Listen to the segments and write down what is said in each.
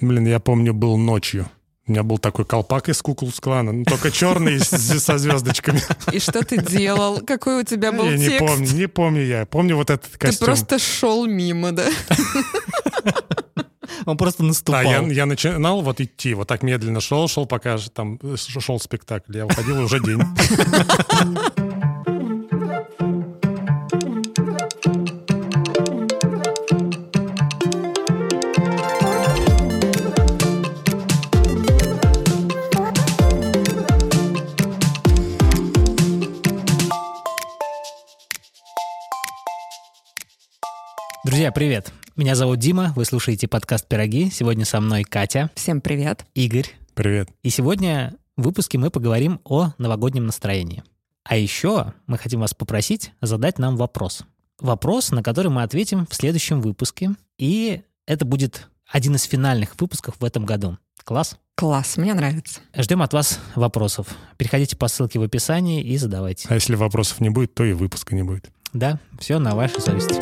Блин, я помню, был ночью. У меня был такой колпак из Ку-клукс-клана, но только черный со звездочками. И что ты делал? Какой у тебя был текст? Я не помню я. Помню вот этот костюм. Ты просто шел мимо, да? Он просто наступал. Я начинал вот идти, вот так медленно шел, пока там шел спектакль. Я уходил, и уже день. Друзья, привет! Меня зовут Дима, вы слушаете подкаст «Пироги». Сегодня со мной Катя. Всем привет. Игорь. Привет. И сегодня в выпуске мы поговорим о новогоднем настроении. А еще мы хотим вас попросить задать нам вопрос. Вопрос, на который мы ответим в следующем выпуске. И это будет один из финальных выпусков в этом году. Класс? Класс, мне нравится. Ждем от вас вопросов. Переходите по ссылке в описании и задавайте. А если вопросов не будет, то и выпуска не будет. Да, все на вашей совести.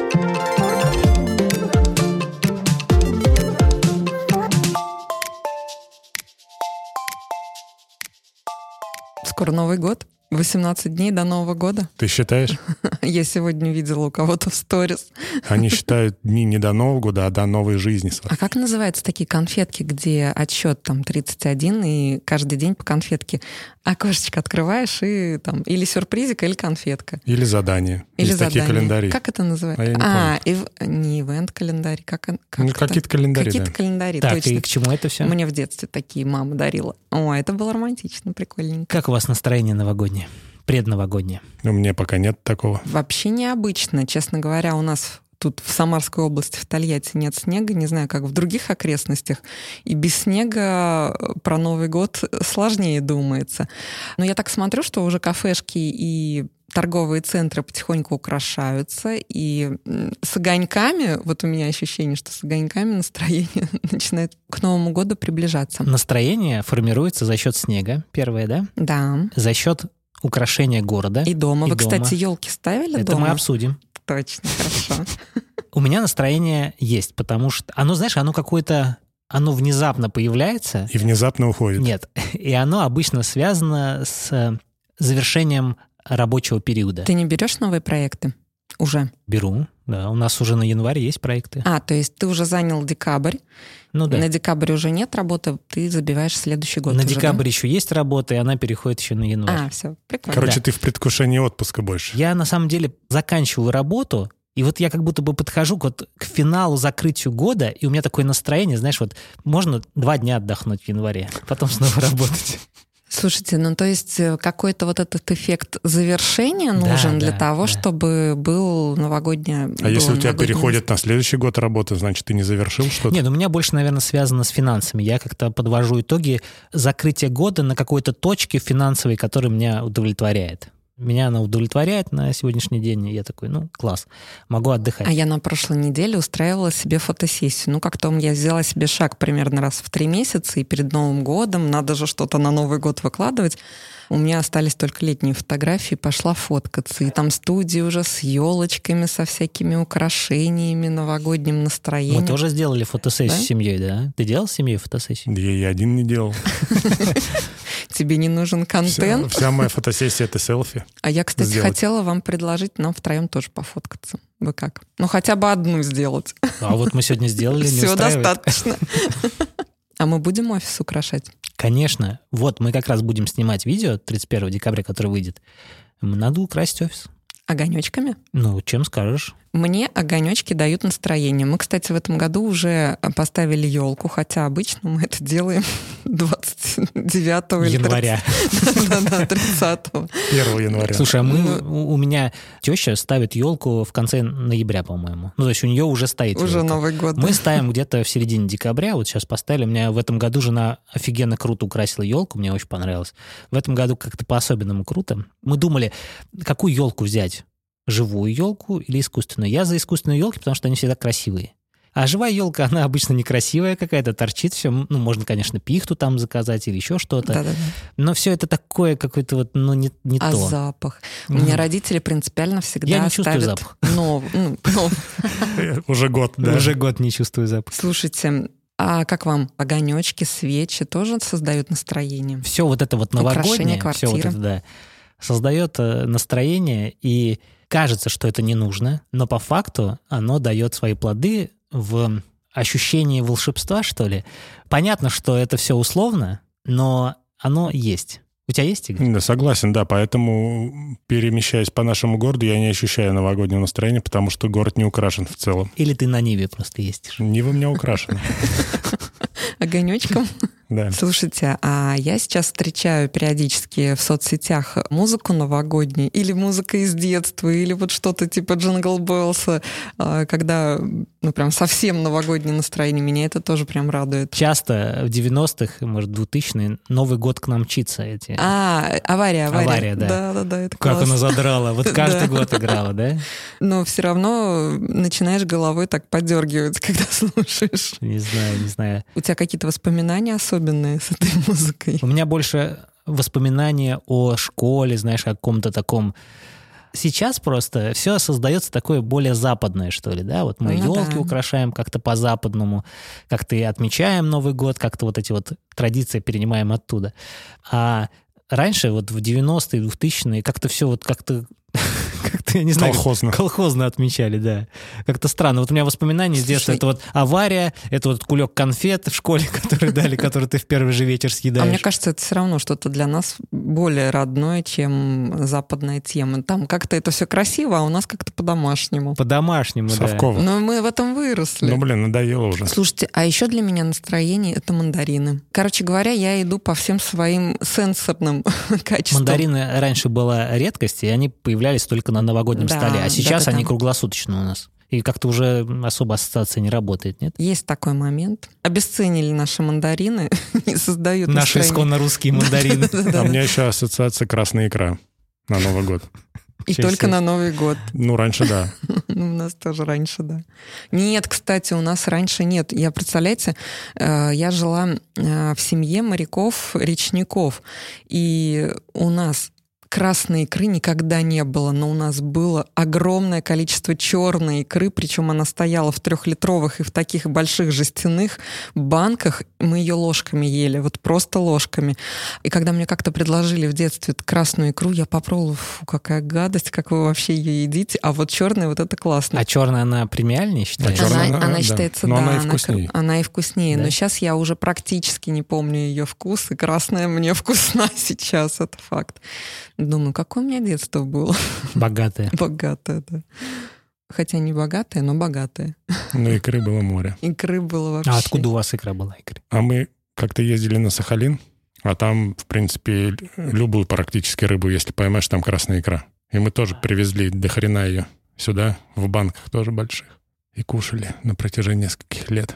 Скоро Новый год. 18 дней до Нового года. Ты считаешь? Я сегодня видела у кого-то в сторис. Они считают дни не до Нового года, а до новой жизни. А как называются такие конфетки, где отсчет там 31, и каждый день по конфетке окошечко открываешь, и там или сюрпризик, или конфетка. Или задание. Или есть задание. такие календари. Как это называется? Не ивент-календарь. Какие-то календари, Какие-то календари, так, точно. И к чему это все? Мне в детстве такие мама дарила. О, это было романтично, прикольненько. Как у вас настроение новогоднее? Предновогоднее? У меня пока нет такого. Вообще необычно. Честно говоря, у нас тут в Самарской области, в Тольятти нет снега. Не знаю, как в других окрестностях. И без снега про Новый год сложнее думается. Но я так смотрю, что уже кафешки и торговые центры потихоньку украшаются. И с огоньками, вот у меня ощущение, что с огоньками настроение начинает к Новому году приближаться. Настроение формируется за счет снега, первое, да? Да. За счет украшения города. И дома. Вы, дома. Кстати, елки ставили дома? Это мы обсудим. Точно, хорошо. У меня настроение есть, потому что оно, знаешь, оно какое-то, оно внезапно появляется. И внезапно уходит. Нет, и оно обычно связано с завершением рабочего периода. Ты не берешь новые проекты уже? Беру, да. У нас уже на январь есть проекты. То есть ты уже занял декабрь. Ну да. На декабрь уже нет работы, ты забиваешь следующий год. На уже, декабрь да? еще есть работа, и она переходит еще на январь. Все, прикольно. Короче, Да. ты в предвкушении отпуска больше. Я на самом деле заканчиваю работу, и вот я как будто бы подхожу к финалу, закрытию года, и у меня такое настроение, знаешь, вот можно 2 дня отдохнуть в январе, потом снова работать. Слушайте, то есть какой-то вот этот эффект завершения нужен для того, чтобы был новогодняя... А если у тебя переходит на следующий год работа, значит, ты не завершил что-то? Нет, у меня больше, наверное, связано с финансами. Я как-то подвожу итоги закрытия года на какой-то точке финансовой, которая меня удовлетворяет. Меня она удовлетворяет на сегодняшний день, и я такой, класс, могу отдыхать. А я на прошлой неделе устраивала себе фотосессию. Как-то я взяла себе шаг примерно раз в 3 месяца, и перед Новым годом надо же что-то на Новый год выкладывать. У меня остались только летние фотографии, пошла фоткаться. И там студии уже с елочками, со всякими украшениями, новогодним настроением. Мы тоже сделали фотосессию с семьей, да? Ты делал с семьей фотосессию? Да я один не делал. Тебе не нужен контент? Вся моя фотосессия — это селфи. А я, кстати, хотела вам предложить нам втроем тоже пофоткаться. Вы как? Хотя бы одну сделать. А вот мы сегодня сделали, не Все устраивает? достаточно. А мы будем офис украшать? Конечно. Вот мы как раз будем снимать видео 31 декабря, которое выйдет. Надо украсить офис. Огонечками? Чем скажешь? Мне огонечки дают настроение. Мы, кстати, в этом году уже поставили елку, хотя обычно мы это делаем 29 января. Да, 30. 1 января. Слушай, у меня теща ставит елку в конце ноября, по-моему. То есть у нее уже стоит елка. Уже Новый год. Мы ставим где-то в середине декабря. Вот сейчас поставили. У меня в этом году жена офигенно круто украсила елку. Мне очень понравилось. В этом году как-то по-особенному круто. Мы думали, какую елку взять? Живую елку или искусственную? Я за искусственные елки, потому что они всегда красивые. А живая елка, она обычно некрасивая какая-то, торчит все. Можно, конечно, пихту там заказать или еще что-то. Да-да-да. Но все это такое какое-то не то. Запах? У меня родители принципиально всегда Я не чувствую ставят запах. Уже год, да? Уже год не чувствую запах. Слушайте, А как вам? Огонечки, свечи тоже создают настроение? Все вот это вот новогоднее, Украшение все вот квартиры. это, да, создает настроение, и кажется, что это не нужно, но по факту оно дает свои плоды в ощущении волшебства, что ли. Понятно, что это все условно, но оно есть. У тебя есть, Игорь? Да, согласен, да. Поэтому, перемещаясь по нашему городу, я не ощущаю новогоднего настроения, потому что город не украшен в целом. Или ты на Ниве просто ездишь? Нива у меня украшена. Огонечком? Да. Слушайте, а я сейчас встречаю периодически в соцсетях музыку новогоднюю, или музыка из детства, или вот что-то типа Джингл Беллса, когда, ну, прям совсем новогоднее настроение. Меня это тоже прям радует. Часто в 90-х, может, 2000-е, Новый год к нам мчится эти. Авария. Авария, да. Да, это Как классно. она задрала. Вот каждый Да. год играла, да? Но все равно начинаешь головой так подергивать, когда слушаешь. Не знаю. У тебя какие-то воспоминания особенные с этой музыкой? У меня больше воспоминания о школе, знаешь, о каком-то таком... Сейчас просто все создается такое более западное, что ли, да? Вот мы Ну елки да. украшаем как-то по-западному, как-то и отмечаем Новый год, как-то вот эти вот традиции перенимаем оттуда. А раньше, вот в 90-е, 2000-е, как-то все вот как-то, я не знаю... Колхозно отмечали, да. Как-то странно. Вот у меня воспоминания с детства, Слушай, это вот авария, это вот кулек конфет в школе, которые дали, который ты в первый же вечер съедаешь. А мне кажется, это все равно что-то для нас более родное, чем западная тема. Там как-то это все красиво, а у нас как-то по-домашнему. По-домашнему, да. Совково. Но мы в этом выросли. Ну, блин, надоело уже. Слушайте, а еще для меня настроение — это мандарины. Короче говоря, я иду по всем своим сенсорным качествам. Мандарины раньше была редкость, и они появлялись только на новогоднем Да, столе, а сейчас да-да-да. они круглосуточно у нас. И как-то уже особо ассоциация не работает, нет? Есть такой момент. Обесценили наши мандарины, не создают Наши настроение. исконно русские мандарины. А у меня еще ассоциация красная икра на Новый год. И Ничего только себе. на Новый год. Ну, раньше да. Ну, у нас тоже раньше, да. Нет, кстати, у нас раньше нет. Я, представляете, я жила в семье моряков-речников, и у нас красной икры никогда не было, но у нас было огромное количество черной икры, причем она стояла в 3-литровых и в таких больших жестяных банках. Мы ее ложками ели, вот просто ложками. И когда мне как-то предложили в детстве красную икру, я попробовала, фу, какая гадость, как вы вообще ее едите, а вот черная, вот это классно. А черная, она премиальнее считается? черная, Она да. считается, Но да, она и вкуснее. она и вкуснее. Да? Но сейчас я уже практически не помню ее вкус, и красная мне вкусна сейчас, это факт. Думаю, какое у меня детство было. Богатая. Богатое, да. Хотя не богатое, но богатое. Но икры было море. Икры было вообще. А откуда у вас икра была, Игорь? А мы как-то ездили на Сахалин, а там, в принципе, любую практически рыбу, если поймаешь, там красная икра. И мы тоже привезли до хрена ее сюда, в банках тоже больших, и кушали на протяжении нескольких лет.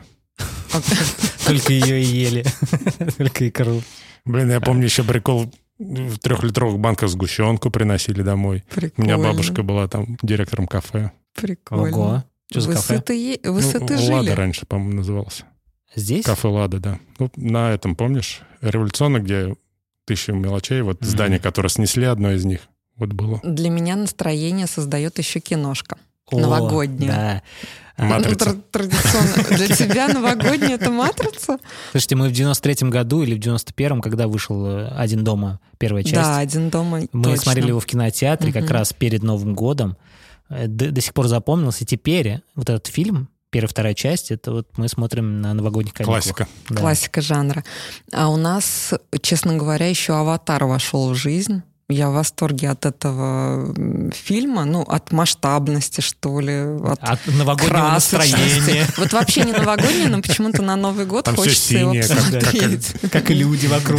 Только ее и ели. Только икру. Блин, я помню еще прикол, в 3-литровых банках сгущенку приносили домой. У Прикольно. меня бабушка была там директором кафе. Прикольно. Ого. Что за Вы кафе? сыты жили? Лада раньше, по-моему, назывался. Здесь? Кафе Лада, да. Ну, на этом, помнишь, революционно, где 1000 мелочей, вот здание, которое снесли, одно из них, вот было. Для меня настроение создает еще киношка. О, Новогодняя. Да. Матрица. Традиционно. Для тебя новогодняя — это «Матрица»? Слушайте, мы в 93-м году или в 91-м, когда вышел «Один дома», первая часть, Да, «Один дома». мы точно. смотрели его в кинотеатре как раз перед Новым годом. До сих пор запомнился. Теперь вот этот фильм, первая, вторая часть, это вот мы смотрим на новогодних каникулах. Классика. Да. Классика жанра. А у нас, честно говоря, еще «Аватар» вошел в жизнь. Я в восторге от этого фильма, ну, от масштабности, что ли, От новогоднего красочности. настроения. Вот вообще не новогодний, но почему-то на Новый год Там всё хочется его синее, посмотреть. Как и люди вокруг.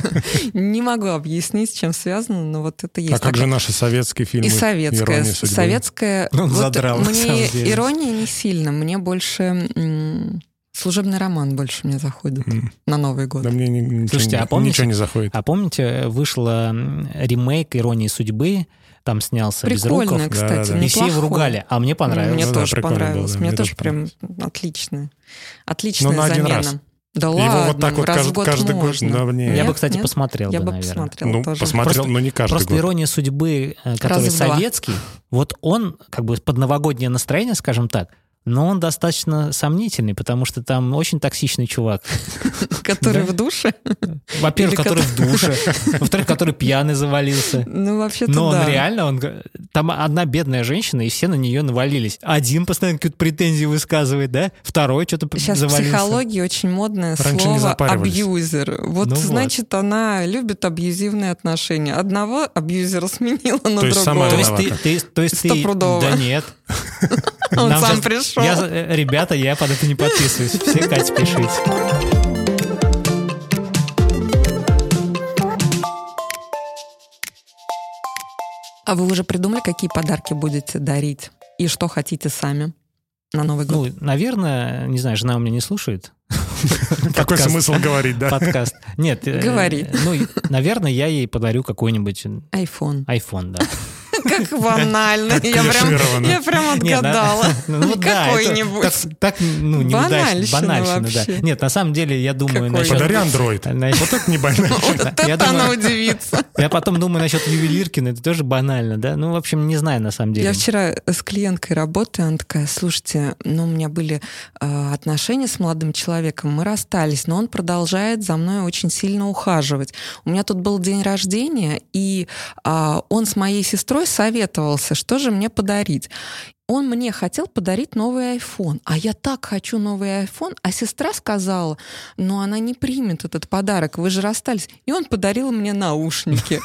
Не могу объяснить, с чем связано, но вот это есть. А как же наши советские фильмы? И советская. «Ирония судьбы»? Советская. Он вот задрал, на мне самом деле. «Ирония» не сильно. Мне больше служебный роман больше мне заходит на Новый год. Да мне Слушайте, а помните- ничего не заходит. А помните, вышла ремейк «Иронии судьбы», там снялся Прикольно, Безруков, кстати, Да-да-да. и все его неплохой. ругали, а мне понравилось. Мне Ну да, тоже прикольно понравилось. было, да, Мне мне тоже тоже прям отличная. Отличная Ну, на один замена. раз. Да Его ладно, вот так вот раз в год каждый год. можно. Да, не. Я Нет, бы, кстати, нет? посмотрел Я бы, бы наверное. посмотрела Ну, тоже. посмотрел, но не каждый Просто год. «Ирония судьбы», который Раза в два. советский, вот он как бы под новогоднее настроение, скажем так, Но он достаточно сомнительный, потому что там очень токсичный чувак. Который в душе? Во-первых, который в душе. Во-вторых, который пьяный завалился. Ну, вообще-то да. Но он реально, там одна бедная женщина, и все на нее навалились. Один постоянно какие-то претензии высказывает, да? Второй что-то сейчас завалился. Сейчас в психологии очень модное слово «абьюзер». Вот, значит, она любит абьюзивные отношения. Одного абьюзера сменила на другого. То есть ты... Стопудово. Да нет. Он сам пришел. Ребята, я под это не подписываюсь. Все, Катя, пишите. А вы уже придумали, какие подарки будете дарить? И что хотите сами на Новый год? Ну, наверное, не знаю, жена у меня не слушает. Какой смысл говорить, да? Подкаст. Нет. Говори. Ну, наверное, я ей подарю какой-нибудь... iPhone, да. Как банально. Я прям отгадала. Какой-нибудь. Так, банальщина, да. Нет, на самом деле, я думаю... Подари Android. Вот это не банально. Вот это она удивится. Я потом думаю насчет ювелирки, но это тоже банально, да? Ну, в общем, не знаю на самом деле. Я вчера с клиенткой работаю, она такая: слушайте, у меня были отношения с молодым человеком, мы расстались, но он продолжает за мной очень сильно ухаживать. У меня тут был день рождения, и он с моей сестрой советовался, что же мне подарить. Он мне хотел подарить новый iPhone, а я так хочу новый iPhone, а сестра сказала, но она не примет этот подарок, вы же расстались. И он подарил мне наушники.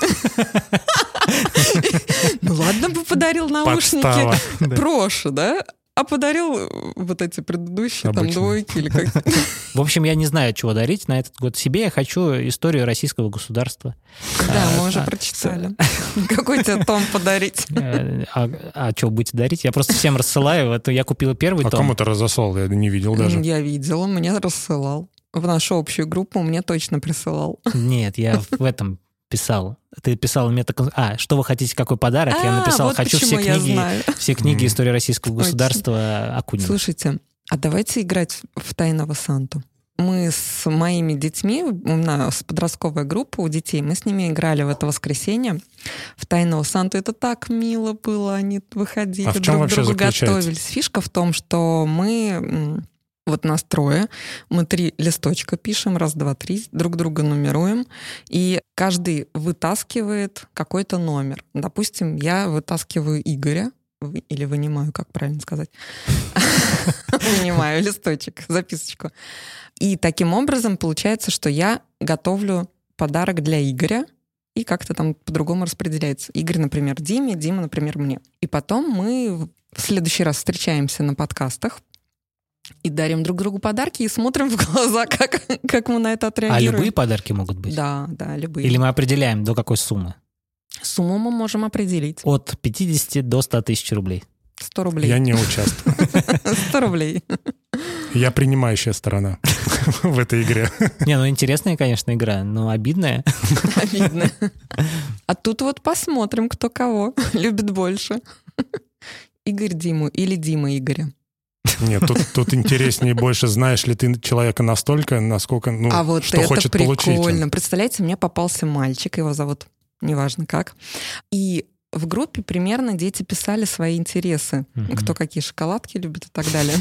Ну ладно бы подарил наушники Проше, да? А подарил вот эти предыдущие там двойки или как. В общем, я не знаю, чего дарить на этот год. Себе я хочу историю российского государства. Да, мы уже прочитали. Какой тебе том подарить? А что будете дарить? Я просто всем рассылаю. Я купила первый том. А кому ты разослал? Я не видел даже. Я видела, мне рассылал. В нашу общую группу мне точно присылал. Нет, я в этом писал. Ты писал мне так... что вы хотите, какой подарок? Я написал, вот хочу все книги истории российского государства Акунина. Слушайте, а давайте играть в тайного Санту. Мы с моими детьми, у нас подростковая группа у детей, мы с ними играли в это воскресенье в тайного Санту. Это так мило было, они выходили, друг к другу готовились. Фишка в том, что мы... Вот нас 3, мы 3 листочка пишем, 1, 2, 3, друг друга нумеруем, и каждый вытаскивает какой-то номер. Допустим, я вытаскиваю Игоря, или вынимаю, как правильно сказать? Вынимаю листочек, записочку. И таким образом получается, что я готовлю подарок для Игоря, и как-то там по-другому распределяется. Игорь, например, Диме, Дима, например, мне. И потом мы в следующий раз встречаемся на подкастах, и дарим друг другу подарки, и смотрим в глаза, как мы на это отреагируем. А любые подарки могут быть? Да, любые. Или мы определяем, до какой суммы? Сумму мы можем определить. От 50 до 100 тысяч рублей. 100 рублей. Я не участвую. 100 рублей. Я принимающая сторона в этой игре. Не, интересная, конечно, игра, но обидная. Обидная. А тут вот посмотрим, кто кого любит больше. Игорь Диму или Дима Игоря. Нет, тут интереснее больше, знаешь ли ты человека настолько, насколько, вот что хочет получить. А вот это прикольно. Представляете, мне попался мальчик, его зовут неважно как, и в группе примерно дети писали свои интересы. Кто какие шоколадки любит и так далее.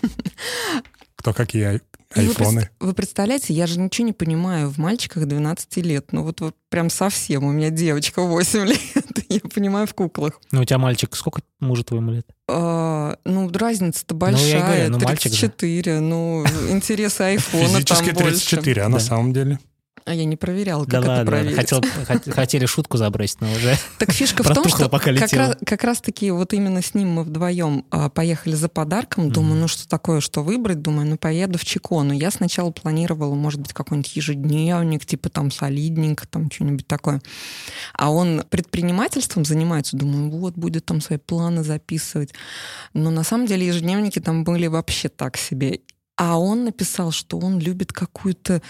Кто какие айфоны. Вы представляете, я же ничего не понимаю в мальчиках 12 лет. Ну вот прям совсем. У меня девочка 8 лет. Я понимаю в куклах. Ну у тебя мальчик, сколько мужу твоему лет? Разница-то большая. 34. Интересы айфона там больше. Физически 34, а на самом деле... А я не проверяла, как это проверить. Хотели шутку забросить, но уже так фишка в том, что как раз-таки вот именно с ним мы вдвоем поехали за подарком. Думаю, что такое, что выбрать? Думаю, поеду в Чикону. Я сначала планировала, может быть, какой-нибудь ежедневник, типа там солидненько, там что-нибудь такое. А он предпринимательством занимается. Думаю, вот, будет там свои планы записывать. Но на самом деле ежедневники там были вообще так себе. А он написал, что он любит какой-то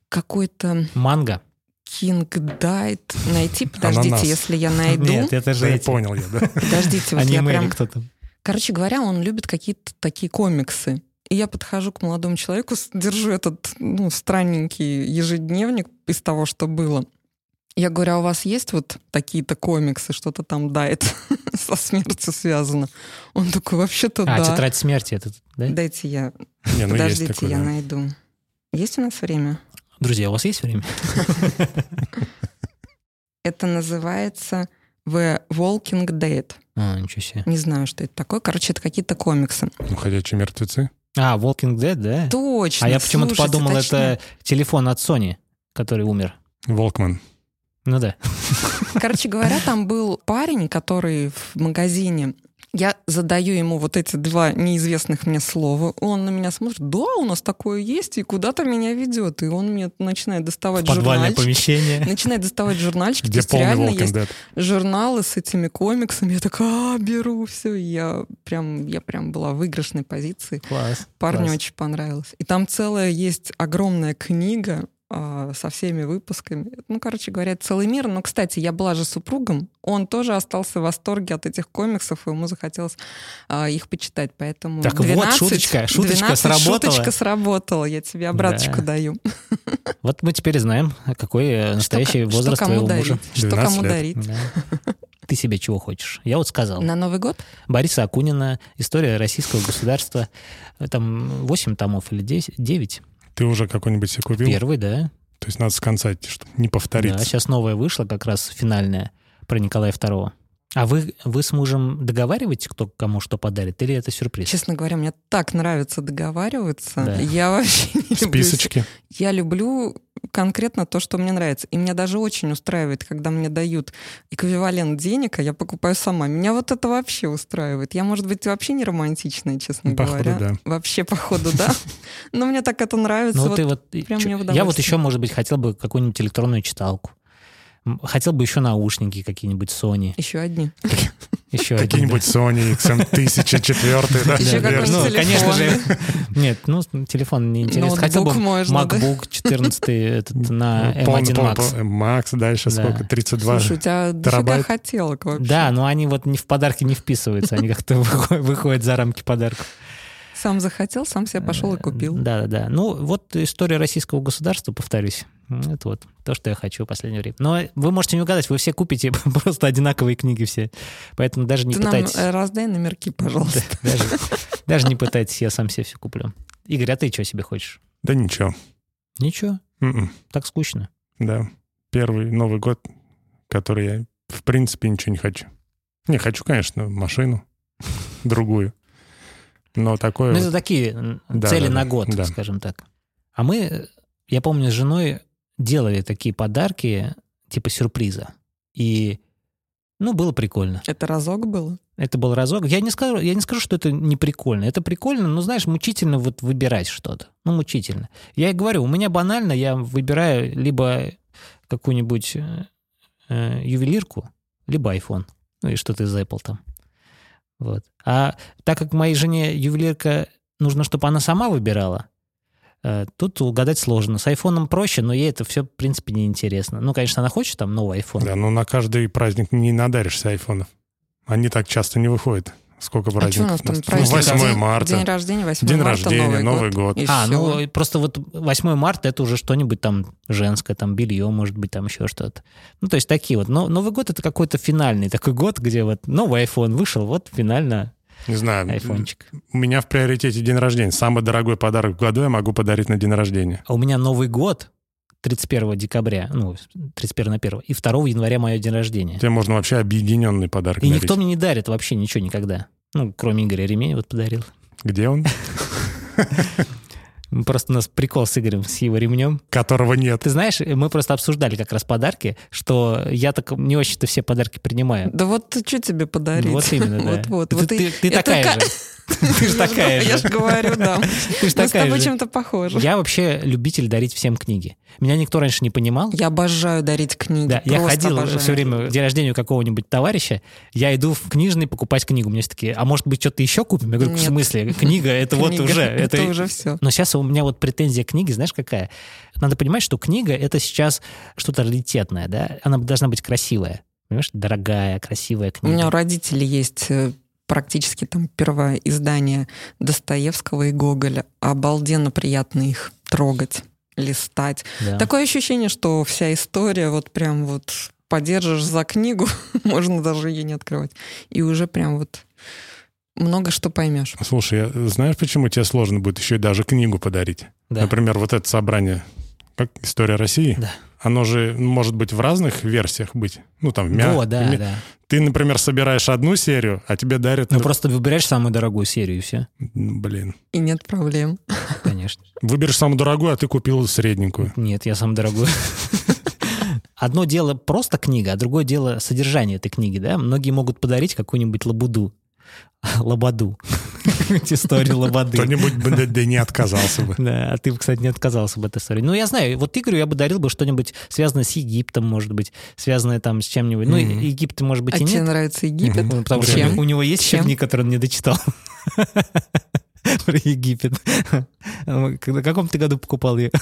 манго. King Diet. Найти, подождите, Ананас. Если я найду. Нет, это же я понял я, да. Подождите, вот я прям... кто там. Короче говоря, он любит какие-то такие комиксы. И я подхожу к молодому человеку, держу этот странненький ежедневник из того, что было. Я говорю, а у вас есть вот такие-то комиксы, что-то там дает со смертью связано? Он такой, вообще-то да. «Тетрадь смерти» это, да? Дайте я... Не, ну есть Подождите, такое, я да. найду. Есть у нас время? Друзья, у вас есть время? Это называется The Walking Dead. Ничего себе. Не знаю, что это такое. Короче, это какие-то комиксы. Ну, «Ходячие мертвецы». Walking Dead, да? Точно. А я почему-то слушайте, подумал, точно. это телефон от Sony, который умер. «Волкман». Ну да. Короче говоря, там был парень, который в магазине... Я задаю ему вот эти два неизвестных мне слова. Он на меня смотрит, да, у нас такое есть, и куда-то меня ведет. И он мне начинает доставать Подвальное журнальчики. помещение. Начинает доставать журнальчики. То Где есть полный реально Walking есть Dead. журналы с этими комиксами. Я такая, беру все. Я прям была в выигрышной позиции. Класс. Парню класс. очень понравилось. И там целая есть огромная книга со всеми выпусками. Ну, короче говоря, это целый мир. Но, кстати, я была же супругом. Он тоже остался в восторге от этих комиксов, и ему захотелось их почитать. Поэтому Так 12, вот, шуточка 12 сработала. Шуточка сработала. Я тебе обраточку даю. Вот мы теперь знаем, какой настоящий возраст что кому твоего дарить? мужа. Что 12 кому лет. дарить? Да. Ты себе чего хочешь? Я вот сказал. На Новый год? Бориса Акунина, «История российского государства». Там 8 томов или 9. Ты уже какой-нибудь себе купил? Первый, да. То есть надо с конца идти, чтобы не повториться. Да, сейчас новая вышла, как раз финальная, про Николая II. А вы с мужем договариваете, кто кому что подарит, или это сюрприз? Честно говоря, мне так нравится договариваться. Да. Я вообще не люблю... Списочки. Я люблю конкретно то, что мне нравится. И меня даже очень устраивает, когда мне дают эквивалент денег, а я покупаю сама. Меня вот это вообще устраивает. Я, может быть, вообще не романтичная, честно Походу, говоря. да. Вообще, походу, да. Но мне так это нравится. Ну, Вот ты вот, прям мне в я вот удовольствие. еще, может быть, хотел бы какую-нибудь электронную читалку. Хотел бы еще наушники какие-нибудь Sony. Еще одни. Еще один, Какие-нибудь Sony XM1004, да? Еще версии. какой-нибудь Ну, конечно же. телефон. Нет, телефон не интересно. Хотел бы Ноутбук можно, да? MacBook 14 на Полный- M1 Max. Макс, дальше Да. сколько? 32 Слушай, у тебя дофига терабайт. хотелок вообще. Да, но они вот в подарки не вписываются. Они как-то выходят за рамки подарков. Сам захотел, сам себе пошел и купил. Да. Ну, вот история российского государства, повторюсь. Это вот то, что я хочу в последнее время. Но вы можете не угадать, вы все купите просто одинаковые книги все. Поэтому даже не Ты нам пытайтесь. раздай номерки, пожалуйста. Даже не пытайтесь, я сам себе все куплю. Игорь, а ты что себе хочешь? Да ничего. Ничего, М-м. так скучно. Да. Первый Новый год, который я, в принципе, ничего не хочу. Не, хочу, конечно, машину другую. Но такое... Ну, вот- это такие Да, цели да, на да, год, да. скажем так. А мы, я помню, с женой делали такие подарки, типа сюрприза. И, было прикольно. Это разок было? Это был разок. Я не скажу, что это не прикольно. Это прикольно, но, знаешь, мучительно вот выбирать что-то. Мучительно. Я и говорю, у меня банально, я выбираю либо какую-нибудь ювелирку, либо iPhone. Ну и что-то из Apple там. Вот. А так как моей жене ювелирка нужно, чтобы она сама выбирала, тут угадать сложно. С айфоном проще, но ей это все, в принципе, неинтересно. Ну, конечно, она хочет там новый iPhone. Да, но на каждый праздник не надаришься айфонов. Они так часто не выходят. Сколько А что у праздников? нас там Ну, праздник? 8 марта. День рождения, 8 День марта, рождения, Новый год. И всё. Просто вот 8 марта это уже что-нибудь там женское, там белье, может быть, там еще что-то. Ну, то есть такие вот. Но Новый год — это какой-то финальный такой год, где вот новый iPhone вышел, вот финально Не знаю. айфончик. У меня в приоритете день рождения. Самый дорогой подарок в году я могу подарить на день рождения. А у меня Новый год 31 декабря, 31 на 1, и 2 января мое день рождения. Тебе можно вообще объединенный подарок И дарить. никто мне не дарит вообще ничего никогда. Кроме Игоря ремень вот подарил. Где он? Просто у нас прикол с Игорем, с его ремнем. Которого нет. Ты знаешь, мы просто обсуждали как раз подарки, что я так не очень-то все подарки принимаю. Да вот что тебе подарить? Вот именно, да. Вот. Ты Это такая ка- же. Ты же такая Я же. же говорю, да. Ты же Мы с такая тобой же. чем-то похожи. Я вообще любитель дарить всем книги. Меня никто раньше не понимал. Я обожаю дарить книги. Да, я просто ходил обожаю. все время к день рождения у какого-нибудь товарища, я иду в книжный покупать книгу. Мне все такие, а может быть, что-то еще купим? Я говорю, в Нет. смысле? Книга, это вот Книга, уже... это уже все. Но сейчас у меня вот претензия к книге, знаешь, какая? Надо понимать, что книга — это сейчас что-то раритетное, да? Она должна быть красивая. Понимаешь? Дорогая, красивая У меня у книга. родителей есть практически там первое издание Достоевского и Гоголя. Обалденно приятно их трогать. листать. Да. Такое ощущение, что вся история вот прям вот подержишь за книгу, можно даже ее не открывать, и уже прям вот много что поймешь. Слушай, знаешь, почему тебе сложно будет еще и даже книгу подарить? Да. Например, вот это собрание, как «История России», Да. оно же может быть в разных версиях быть. Ну, там, Да. Ты, например, собираешь одну серию, а тебе дарят... Ну, просто выбираешь самую дорогую серию, и все. Блин. И нет проблем. Конечно. Выберешь самую дорогую, а ты купил средненькую. Нет, я самую дорогую. Одно дело просто книга, а другое дело содержание этой книги, да? Многие могут подарить какую-нибудь лабаду. Историю лободы. Кто-нибудь бы да не отказался бы. Да, а ты, кстати, не отказался бы от этой истории. Ну, я знаю, вот Игорю я бы дарил бы что-нибудь связанное с Египтом, может быть, связанное там с чем-нибудь. Ну, Египет, может быть, и нет. А тебе нравится Египет? Ну, потому что у него есть книги, которые он не дочитал. Про Египет. В каком ты году покупал ее?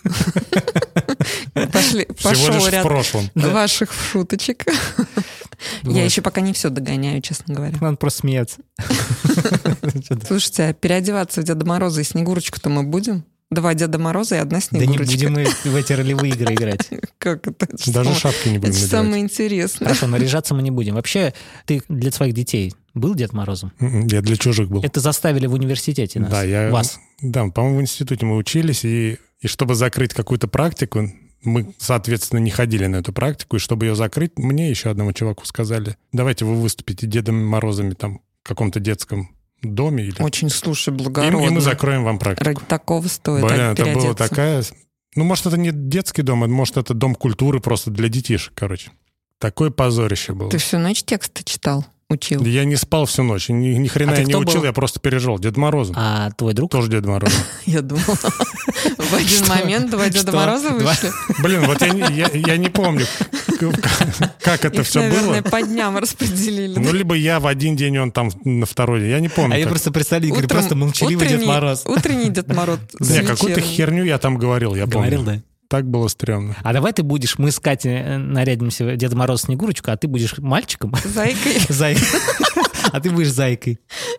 Всего лишь в прошлом. Ваших шуточек. Я еще пока не все догоняю, честно говоря. Надо просто смеяться. Слушайте, а переодеваться в Деда Мороза и Снегурочку-то мы будем? 2 Деда Мороза и 1 Снегурочка. Да не будем мы в эти ролевые игры играть. Как это? Даже шапки не будем Это надевать. самое интересное. Хорошо, наряжаться мы не будем. Вообще, ты для своих детей был Дед Морозом? Я для чужих был. Это заставили в университете нас. Да, Вас. Да, по-моему, в институте мы учились, и чтобы закрыть какую-то практику, мы, соответственно, не ходили на эту практику, и чтобы ее закрыть, мне еще одному чуваку сказали, давайте вы выступите Дедом Морозами там в каком-то детском доме. Или... Очень, слушай, благородно. И мы закроем вам практику. Ради такого стоит это была такая... Ну, может, это не детский дом, а может, это дом культуры просто для детишек, короче. Такое позорище было. Ты всю ночь тексты читал? Учил? Я не спал всю ночь, ни хрена я не учил, был? я просто переживал. Дед Морозом. А твой друг? Тоже Дед Мороз. Я думала, в один момент 2 Деда Мороза вышли. Блин, вот я не помню, как это все было. Наверное, по дням распределили. Ну, либо я в один день, он там на второй день. Я не помню. А я просто представляю, Игорь, просто молчаливый Дед Мороз. Утренний Дед Мороз. Не, какую-то херню я там говорил, я помню. Говорил, да? Так было стрёмно. А давай ты будешь, мы с Катей нарядимся в Деда Мороза Снегурочку, а ты будешь мальчиком. Зайкой. А ты будешь зайкой.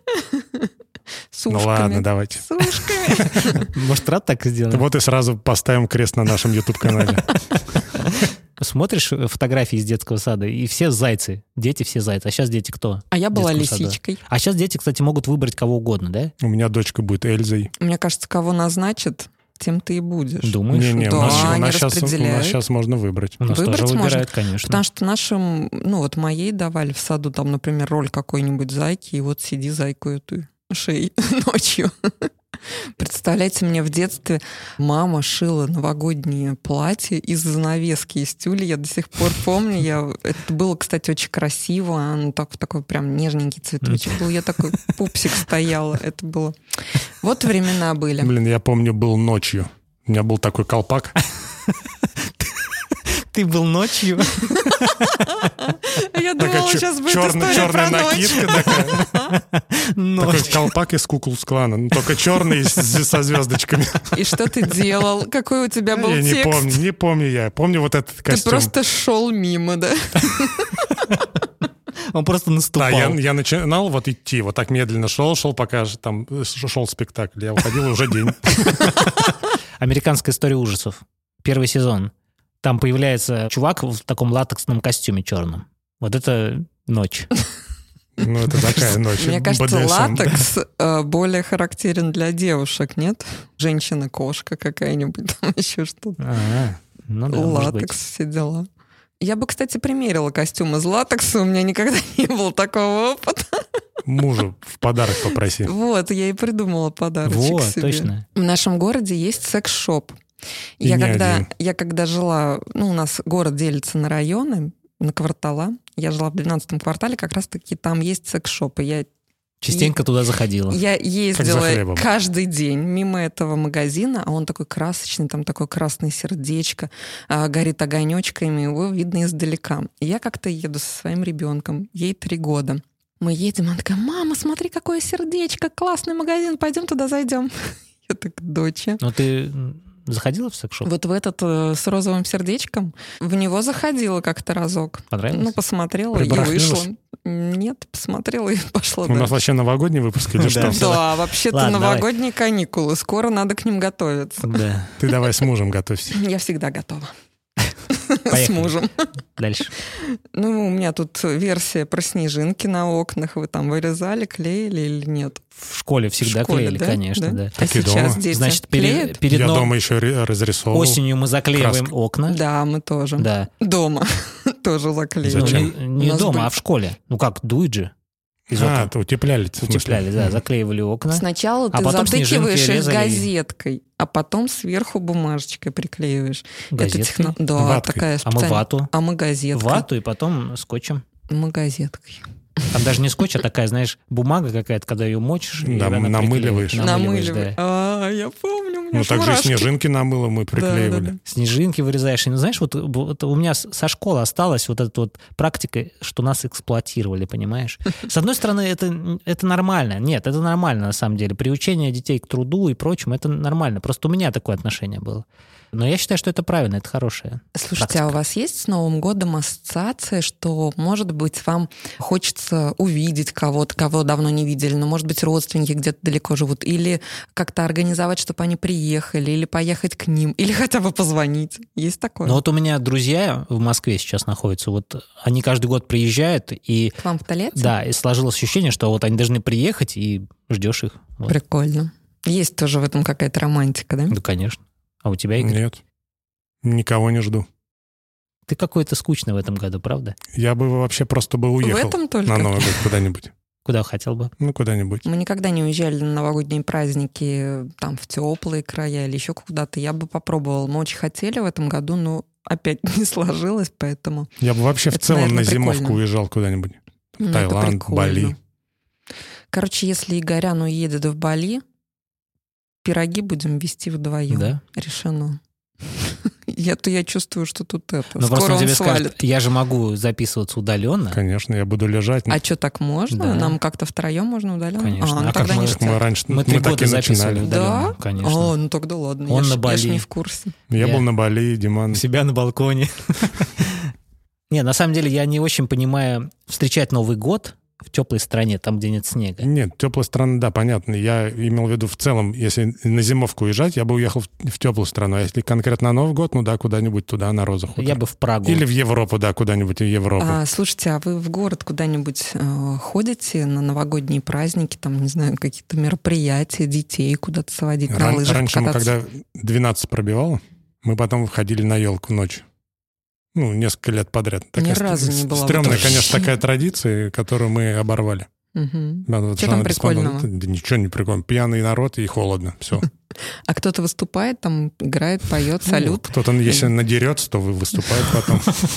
С Ну ушками. ладно, давайте. С ушками. Может, рад так сделать? Вот и сразу поставим крест на нашем YouTube-канале. Смотришь фотографии из детского сада, и все зайцы. Дети все зайцы. А сейчас дети кто? А я была в детском саду? лисичкой. А сейчас дети, кстати, могут выбрать кого угодно, да? У меня дочка будет Эльзой. Мне кажется, кого назначат, тем ты и будешь. Думаешь? Не-не, Да, у нас они сейчас распределяют. можно выбрать. У нас Выбрать тоже можно? выбирают, конечно. Потому что нашим, ну вот моей давали в саду, там, например, роль какой-нибудь зайки, и вот сиди зайку эту шеей ночью. Представляете, мне в детстве мама шила новогоднее платье из занавески из тюля. Я до сих пор помню. Это было, кстати, очень красиво. Оно такой прям нежненький цветочек был. Я такой пупсик стояла. Это было... Вот времена были. Блин, я помню, был ночью. У меня был такой колпак. Ты был ночью? Я думала, сейчас будет история про черная ночь. накидка такая. Такой колпак из Ку-клукс-клана. Только черный со звездочками. И что ты делал? Какой у тебя был Я текст? не помню я. Помню вот этот Ты костюм. просто шел мимо, да? Он просто Да, наступал. я начинал вот идти, вот так медленно шел, пока там шел спектакль. Я уходил, уже день. Американская история ужасов. 1 сезон. Там появляется чувак в таком латексном костюме черном. Вот это ночь. Ну, это такая ночь. Мне кажется, BDSM. латекс более характерен для девушек, нет? Женщина-кошка какая-нибудь, там еще что-то. Ну да, может быть. Латекс, все дела. Я бы, кстати, примерила костюм из латекса, у меня никогда не было такого опыта. Мужу в подарок попроси. Вот, я и придумала подарочек Вот, себе. точно. В нашем городе есть секс-шоп. И не один. Я когда жила, ну, у нас город делится на районы, на квартала. Я жила в 12-м квартале, как раз-таки там есть секс-шопы. Я Частенько туда заходила. Я Как за ездила хлебом. каждый день мимо этого магазина, а он такой красочный, там такое красное сердечко, горит огонечками, его видно издалека. И я как-то еду со своим ребенком, ей 3 года. Мы едем, она такая: мама, смотри, какое сердечко, классный магазин, пойдем туда зайдем. Я так: доча. Но ты заходила в секс-шоп? Вот в этот с розовым сердечком, в него заходила как-то разок. Понравилось? Ну, посмотрела и Прибарахнилась? вышла. Нет, посмотрела и пошла У нас дальше. вообще новогодний выпуск или что? Да, вообще-то Ладно, новогодние каникулы. Скоро надо к ним готовиться. Да. Ты давай с мужем готовься. Я всегда готова. С Поехали. мужем. Дальше. Ну, у меня тут версия про снежинки на окнах. Вы там вырезали, клеили или нет? В школе всегда В школе, клеили, да? конечно, да. А Так и сейчас дома. дети Значит, клеят? перед Я Новым- дома еще разрисовывал. осенью мы заклеиваем краской. окна. Да, мы тоже. Да. Дома тоже заклеили. Ну, Зачем? не У нас дома, были- а в школе. Ну как, дует же. Из А, окон. то утепляли. в смысле? Утепляли, да, заклеивали окна. Сначала ты потом затыкиваешь снежинки их резали. газеткой, а потом сверху бумажечкой приклеиваешь. Газеткой. Да, Ваткой. такая А мы специальная. вату. А мы газеткой. Вату и потом скотчем. Мы газеткой. Там даже не скотч, а такая, знаешь, бумага какая-то, когда ее мочишь. и Да, она намыливаешь. приклеивает. Намыливай. Да. Я помню, у меня Ну, ж так же и мурашки. снежинки на мыло мы приклеивали. Да. Снежинки вырезаешь. И, ну, знаешь, вот у меня со школы осталась вот эта вот практика, что нас эксплуатировали, понимаешь? С одной стороны, это нормально. Нет, это нормально на самом деле. Приучение детей к труду и прочему, это нормально. Просто у меня такое отношение было. Но я считаю, что это правильно, это хорошее. Слушайте, практика. а у вас есть с Новым годом ассоциация, что, может быть, вам хочется увидеть кого-то, кого давно не видели, но, может быть, родственники где-то далеко живут, или как-то организовать, чтобы они приехали, или поехать к ним, или хотя бы позвонить? Есть такое? Но вот у меня друзья в Москве сейчас находятся, вот они каждый год приезжают, и К вам в Тольятти? да, и сложилось ощущение, что вот они должны приехать, и ждешь их. Вот. Прикольно. Есть тоже в этом какая-то романтика, да? Да, конечно. А у тебя, Игорь? Нет. Никого не жду. Ты какой-то скучный в этом году, правда? Я бы вообще просто бы уехал В этом только? на Новый год куда-нибудь. Куда хотел бы? Ну, куда-нибудь. Мы никогда не уезжали на новогодние праздники там в теплые края или еще куда-то. Я бы попробовала. Мы очень хотели в этом году, но опять не сложилось, поэтому... Я бы вообще в Это, целом на наверное, зимовку прикольно. уезжал куда-нибудь. ну, это Таиланд, прикольно. Бали. Короче, если Игорян уедет в Бали, пироги будем вести вдвоем. Да. Решено. Я чувствую, что тут это. Но Скоро просто он он тебе свалит. скажет, я же могу записываться удаленно. Конечно, я буду лежать. А что, так можно? Да. Нам как-то втроем можно удаленно? Конечно. ну А как тогда мы- ништяк. Мы раньше Мы 3 так года и записывали начинали. удаленно, Да? конечно. Ну тогда ладно. Он я на ж Бали. не в курсе. Я Я- был на Бали, Диман. У себя на балконе. Не, на самом деле я не очень понимаю встречать Новый год в теплой стране, там, где нет снега. Нет, теплая страна, да, понятно. Я имел в виду в целом, если на зимовку уезжать, я бы уехал в теплую страну. А если конкретно на Новый год, ну да, куда-нибудь туда, на Розах. Я бы в Прагу. Или в Европу, да, куда-нибудь в Европу. Слушайте, а вы в город куда-нибудь ходите на новогодние праздники, там, не знаю, какие-то мероприятия, детей куда-то сводить, на лыжах Раньше мы, покататься? когда 12 пробивало, мы потом ходили на елку ночью. Ну, несколько лет подряд. Ни разу не была. Стрёмная, Вот конечно, вообще. такая традиция, которую мы оборвали. Мгм. Да, вот Чё там жена беспонтовая, прикольного? Да ничего не прикольно. Пьяный народ и холодно. Все. А кто-то выступает, там играет, поет, салют. Кто-то, если надерется, то выступает потом.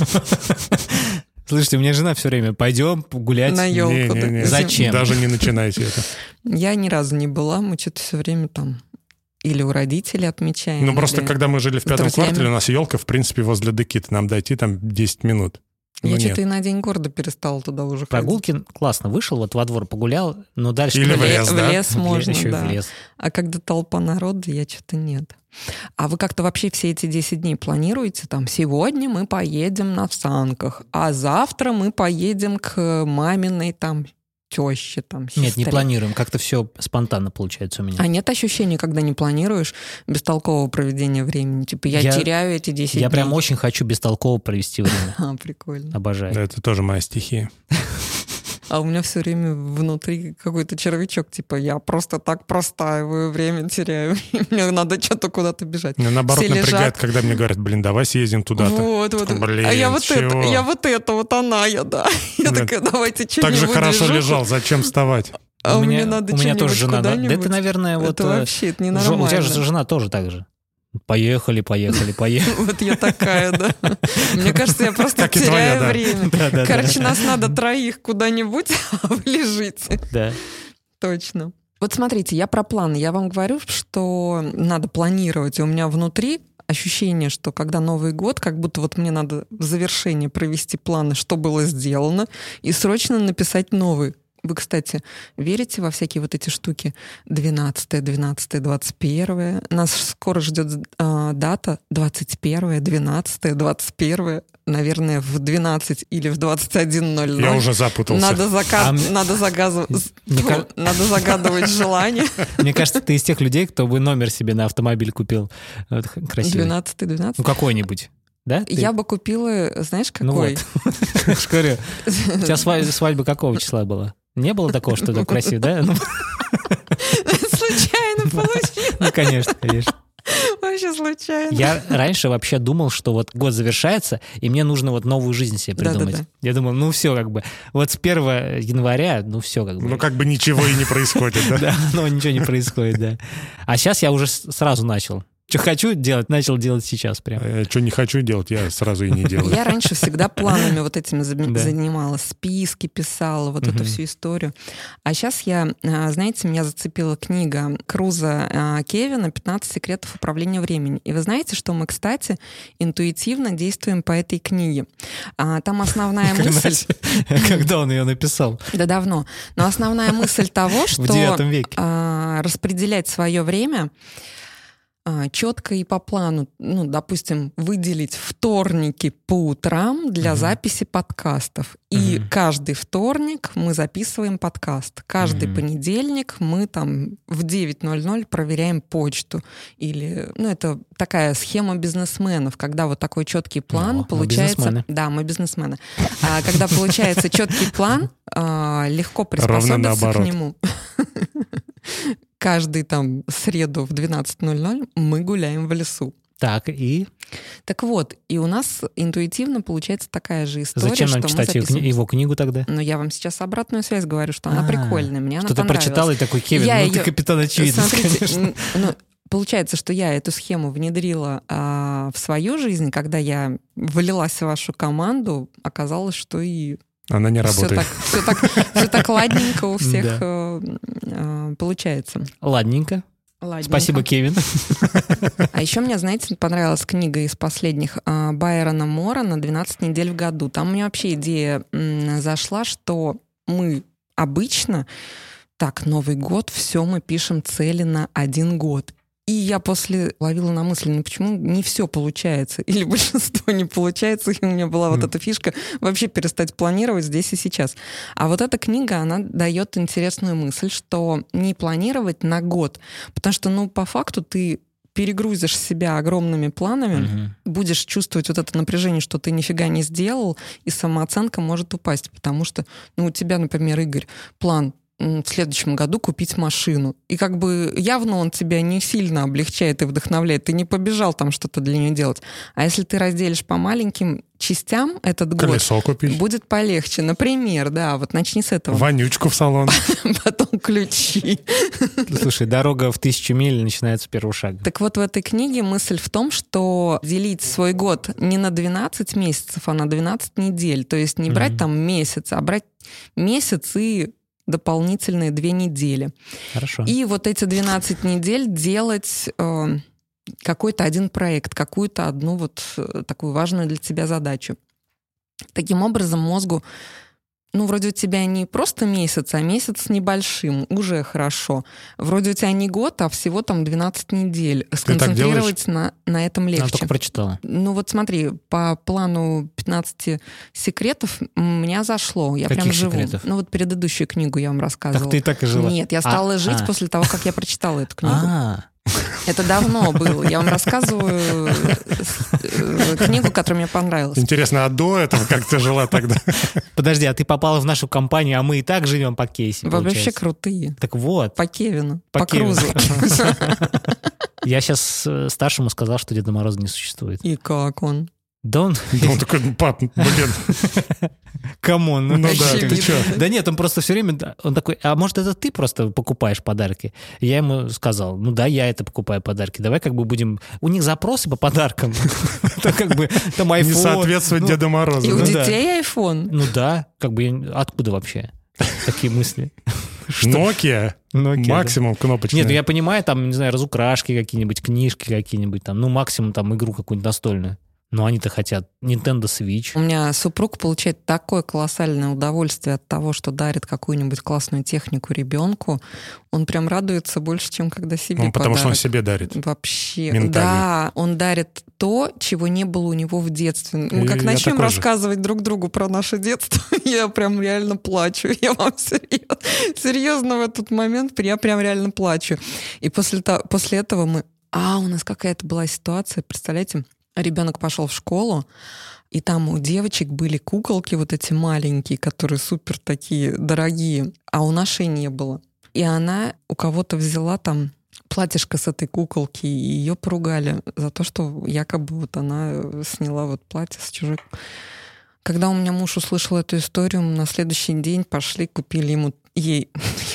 Слушайте, у меня жена все время, пойдем гулять. На елку. Не-не-не. Зачем? Даже не начинайте это. Я ни разу не была, мы что-то все время там или у родителей отмечаем. Ну, просто или- когда мы жили в с 5-м друзьями. квартале, у нас елка, в принципе, возле Декиты. Нам дойти там 10 минут. Я Ну, что-то нет. и на День города перестала туда уже ходить. Прогулки классно. Вышел, вот во двор погулял, но дальше... Или то в ли- лес, В да? лес можно, Еще и да. в лес. А когда толпа народа, я что-то нет. А вы как-то вообще все эти 10 дней планируете? Там, сегодня мы поедем на санках, а завтра мы поедем к маминой там теще, там, Нет, не сестре. планируем. Как-то все спонтанно получается у меня. А нет ощущения, когда не планируешь, бестолкового проведения времени? Типа, я Я- теряю эти 10 дней. Я прям очень хочу бестолково провести время. А, прикольно. Обожаю. Да, это тоже моя стихия. А у меня все время внутри какой-то червячок, типа, я просто так простаиваю, время теряю, и мне надо что-то куда-то бежать. Меня наоборот Все напрягает, лежат. когда мне говорят, блин, давай съездим туда-то. Вот. Блин, А я вот чего? это, вот она, да. Я Блин, такая, давайте Так что-нибудь же хорошо движуху. лежал, зачем вставать? А у мне меня, надо у меня что-нибудь тоже жена. Да куда-нибудь. это, наверное, вот... Это вообще, это у ненормально. тебя же жена тоже так же. Поехали. Вот я такая, да. Мне кажется, я просто Как и твоя, теряю да. время. Да. Короче, нас надо троих куда-нибудь, а вы лежите. Да. Точно. Вот смотрите, я про планы. Я вам говорю, что надо планировать. И у меня внутри ощущение, что когда Новый год, как будто вот мне надо в завершение провести планы, что было сделано, и срочно написать новый. Вы, кстати, верите во всякие вот эти штуки? 12, 12, 21. Нас скоро ждет дата 21, 12, 21. Наверное, в 12 или в 21:00. Я уже запутался. Надо загадывать желание. Мне кажется, ты из тех людей, кто бы номер себе на автомобиль купил. Вот, красивый. 12. Ну, какой-нибудь. Да? Я бы купила, знаешь, какой? Ну вот. Говорю, у тебя свадьба какого числа была? Не было такого, что так красиво, да? Случайно получилось. Ну, конечно. Вообще случайно. Я раньше вообще думал, что вот год завершается, и мне нужно вот новую жизнь себе придумать. Да. Я думал, ну все как бы. Вот с 1 января, ну все как бы. Ну как бы ничего и не происходит, да? Да, но ничего не происходит, да. А сейчас я уже сразу начал. Что хочу делать, начал делать сейчас прям. Что не хочу делать, я сразу и не делаю. Я раньше всегда планами вот этими занималась, списки писала, вот эту всю историю. А сейчас знаете, меня зацепила книга Круза Кевина «15 секретов управления временем». И вы знаете, что мы, кстати, интуитивно действуем по этой книге. Там основная мысль... Когда он ее написал? Да давно. Но основная мысль того, что... В 9 веке. Распределять свое время четко и по плану, ну, допустим, выделить вторники по утрам для записи подкастов. И каждый вторник мы записываем подкаст. Каждый понедельник мы там в 9:00 проверяем почту. Или, ну, это такая схема бизнесменов, когда вот такой четкий план получается... бизнесмены. Да, мы бизнесмены. Когда получается четкий план, легко приспособиться к нему. Каждый там среду в 12:00 мы гуляем в лесу. Так, и? Так вот, и у нас интуитивно получается такая же история. Зачем нам что читать его книгу тогда? Но я вам сейчас обратную связь говорю, что она прикольная, мне она понравилась. Что ты прочитала и такой, Кевин, ты капитан очевидность, конечно. Получается, что я эту схему внедрила в свою жизнь, когда я влилась в вашу команду, оказалось, что и она не работает. Все так ладненько у всех получается. Ладненько. Спасибо, Кевин. А еще мне, знаете, понравилась книга из последних Байрона Морана «12 недель в году». Там у меня вообще идея зашла, что мы обычно, Новый год, все мы пишем цели на 1 год. И я после ловила на мысли, ну почему не все получается? Или большинство не получается, и у меня была вот эта фишка вообще перестать планировать здесь и сейчас. А вот эта книга, она дает интересную мысль, что не планировать на год, потому что, ну, по факту ты перегрузишь себя огромными планами, будешь чувствовать вот это напряжение, что ты нифига не сделал, и самооценка может упасть, потому что, ну, у тебя, например, Игорь, план в следующем году купить машину. И как бы явно он тебя не сильно облегчает и вдохновляет. Ты не побежал там что-то для нее делать. А если ты разделишь по маленьким частям этот год, колесо купить будет полегче. Например, да, вот начни с этого. Вонючку в салон. Потом ключи. Слушай, дорога в 1000 миль начинается с первого шага. Так вот, в этой книге мысль в том, что делить свой год не на 12 месяцев, а на 12 недель. То есть не брать там месяц, а брать месяц и дополнительные 2 недели. Хорошо. И вот эти 12 недель делать какой-то один проект, какую-то одну вот такую важную для тебя задачу. Таким образом, мозгу, ну, вроде у тебя не просто месяц, а месяц с небольшим, уже хорошо. Вроде у тебя не год, а всего там 12 недель. Сконцентрировать на этом легче. Я только прочитала. Ну вот смотри, по плану 15 секретов меня зашло. Я Каких прям живу. секретов? Ну вот предыдущую книгу я вам рассказывала. Так ты так и жила? Нет, я стала жить после того, как я прочитала эту книгу. Это давно было. Я вам рассказываю книгу, которая мне понравилась. Интересно, а до этого как ты жила тогда? Подожди, а ты попала в нашу компанию, а мы и так живем по кейсу, Вы вообще получается. Крутые. Так вот. По Кевину, по Кевину. Крузу. Я сейчас старшему сказал, что Деда Мороза не существует. И как он? Да он такой, пап, блин. Камон. Ну да, ты что? Да нет, он просто все время, он такой, а может это ты просто покупаешь подарки? Я ему сказал, ну да, я это покупаю подарки, давай как бы будем, у них запросы по подаркам, это как бы, там iPhone. Не соответствовать Деду Морозу. И у детей iPhone? Ну да, как бы откуда вообще такие мысли? Nokia? Максимум кнопочная. Нет, ну я понимаю, там, не знаю, разукрашки какие-нибудь, книжки какие-нибудь, там, ну максимум там игру какую-нибудь настольную. Но они-то хотят Nintendo Switch. У меня супруг получает такое колоссальное удовольствие от того, что дарит какую-нибудь классную технику ребенку. Он прям радуется больше, чем когда себе подарок. Потому что он себе дарит. Вообще. Ментально. Да, он дарит то, чего не было у него в детстве. Мы как начнем рассказывать друг другу про наше детство, я прям реально плачу. Я вам серьезно в этот момент, я прям реально плачу. И после этого мы... у нас какая-то была ситуация, представляете? Ребенок пошел в школу, и там у девочек были куколки вот эти маленькие, которые супер такие дорогие, а у нашей не было. И она у кого-то взяла там платьишко с этой куколки, и ее поругали за то, что якобы вот она сняла вот платье с чужой. Когда у меня муж услышал эту историю, мы на следующий день пошли, купили ей...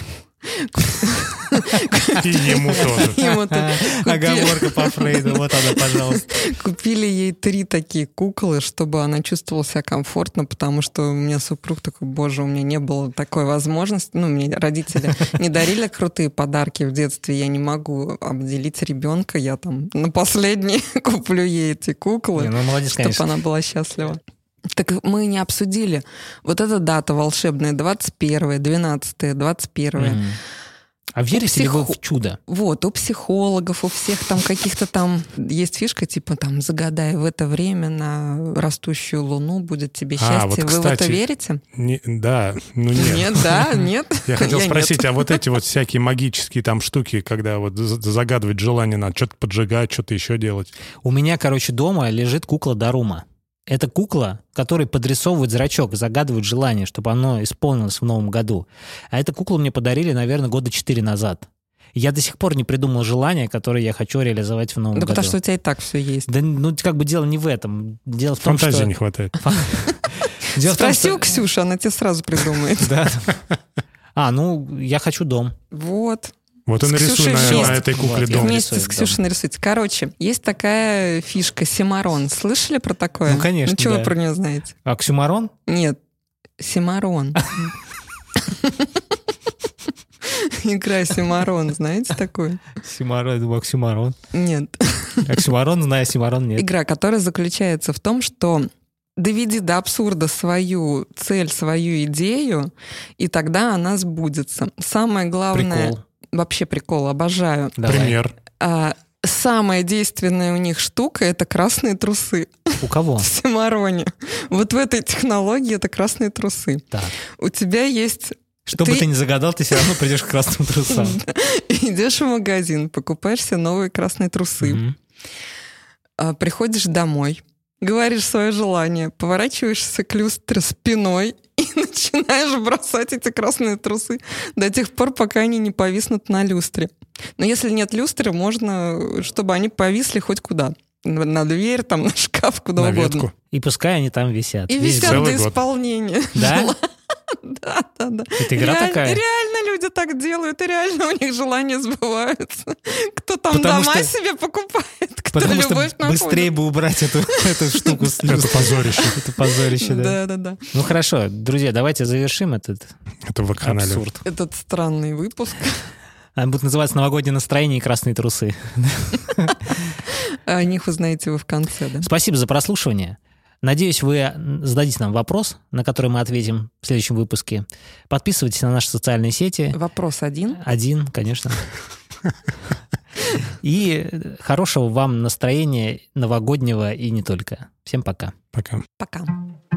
И ему тоже. Оговорка по Фрейду, вот она, пожалуйста. Купили ей 3 такие куклы, чтобы она чувствовала себя комфортно, потому что у меня супруг такой, боже, у меня не было такой возможности. Мне родители не дарили крутые подарки в детстве, я не могу обделить ребенка, я там на последний куплю ей эти куклы, чтобы она была счастлива. Так мы не обсудили. Вот эта дата волшебная, 21-е, 12-е, 21-е. А верите ли вы в чудо? Вот, у психологов, у всех там каких-то там есть фишка, типа там загадай в это время на растущую луну, будет тебе счастье. Вот, кстати, вы в это верите? Да, нет. Нет, да, нет. Я хотел спросить, а вот эти вот всякие магические там штуки, когда вот загадывать желание надо, что-то поджигать, что-то еще делать. У меня, дома лежит кукла Дарума. Это кукла, которой подрисовывают зрачок, загадывают желание, чтобы оно исполнилось в новом году. А эту куклу мне подарили, наверное, 4 года назад. Я до сих пор не придумал желание, которое я хочу реализовать в новом году. Да потому что у тебя и так все есть. Да, дело не в этом. Дело в том, фантазии что... не хватает. Спроси у Ксюши, она тебе сразу придумает. Я хочу дом. Вот. Вот и нарисуй на этой кукле дом. Вместе с Ксюшей нарисуйте. Короче, есть такая фишка Симарон. Слышали про такое? Ну, конечно, что вы про нее знаете? Оксюмарон? Нет, Симарон. Игра Симарон, знаете такую? Симарон, я думаю, оксюмарон. Нет. Оксюмарон знаю, Симарон нет. Игра, которая заключается в том, что доведи до абсурда свою цель, свою идею, и тогда она сбудется. Самое главное... Прикол. Вообще прикол, обожаю. Давай. Пример. Самая действенная у них штука — это красные трусы. У кого? В Симароне. Вот в этой технологии это красные трусы. Так. У тебя есть... Что бы ты ни загадал, ты все равно придешь к красным трусам. Идешь в магазин, покупаешь себе новые красные трусы. Приходишь домой, говоришь свое желание, поворачиваешься к люстре спиной и начинаешь бросать эти красные трусы до тех пор, пока они не повиснут на люстре. Но если нет люстры, можно, чтобы они повисли хоть куда. На дверь, там, на шкаф, куда на угодно. ветку. И пускай они там висят. И висят до исполнения. Да? Да. Это игра такая? Реально люди так делают, и реально у них желания сбываются. Кто там дома себе покупает, кто любовь находит. Потому что быстрее бы убрать эту штуку с люстры. Это позорище. Это позорище, да. Да. Ну хорошо, друзья, давайте завершим этот абсурд. Этот странный выпуск. Он будет называться «Новогоднее настроение и красные трусы». О них узнаете вы в конце, да? Спасибо за прослушивание. Надеюсь, вы зададите нам вопрос, на который мы ответим в следующем выпуске. Подписывайтесь на наши социальные сети. Вопрос один. Один, конечно. И хорошего вам настроения новогоднего и не только. Всем пока. Пока. Пока.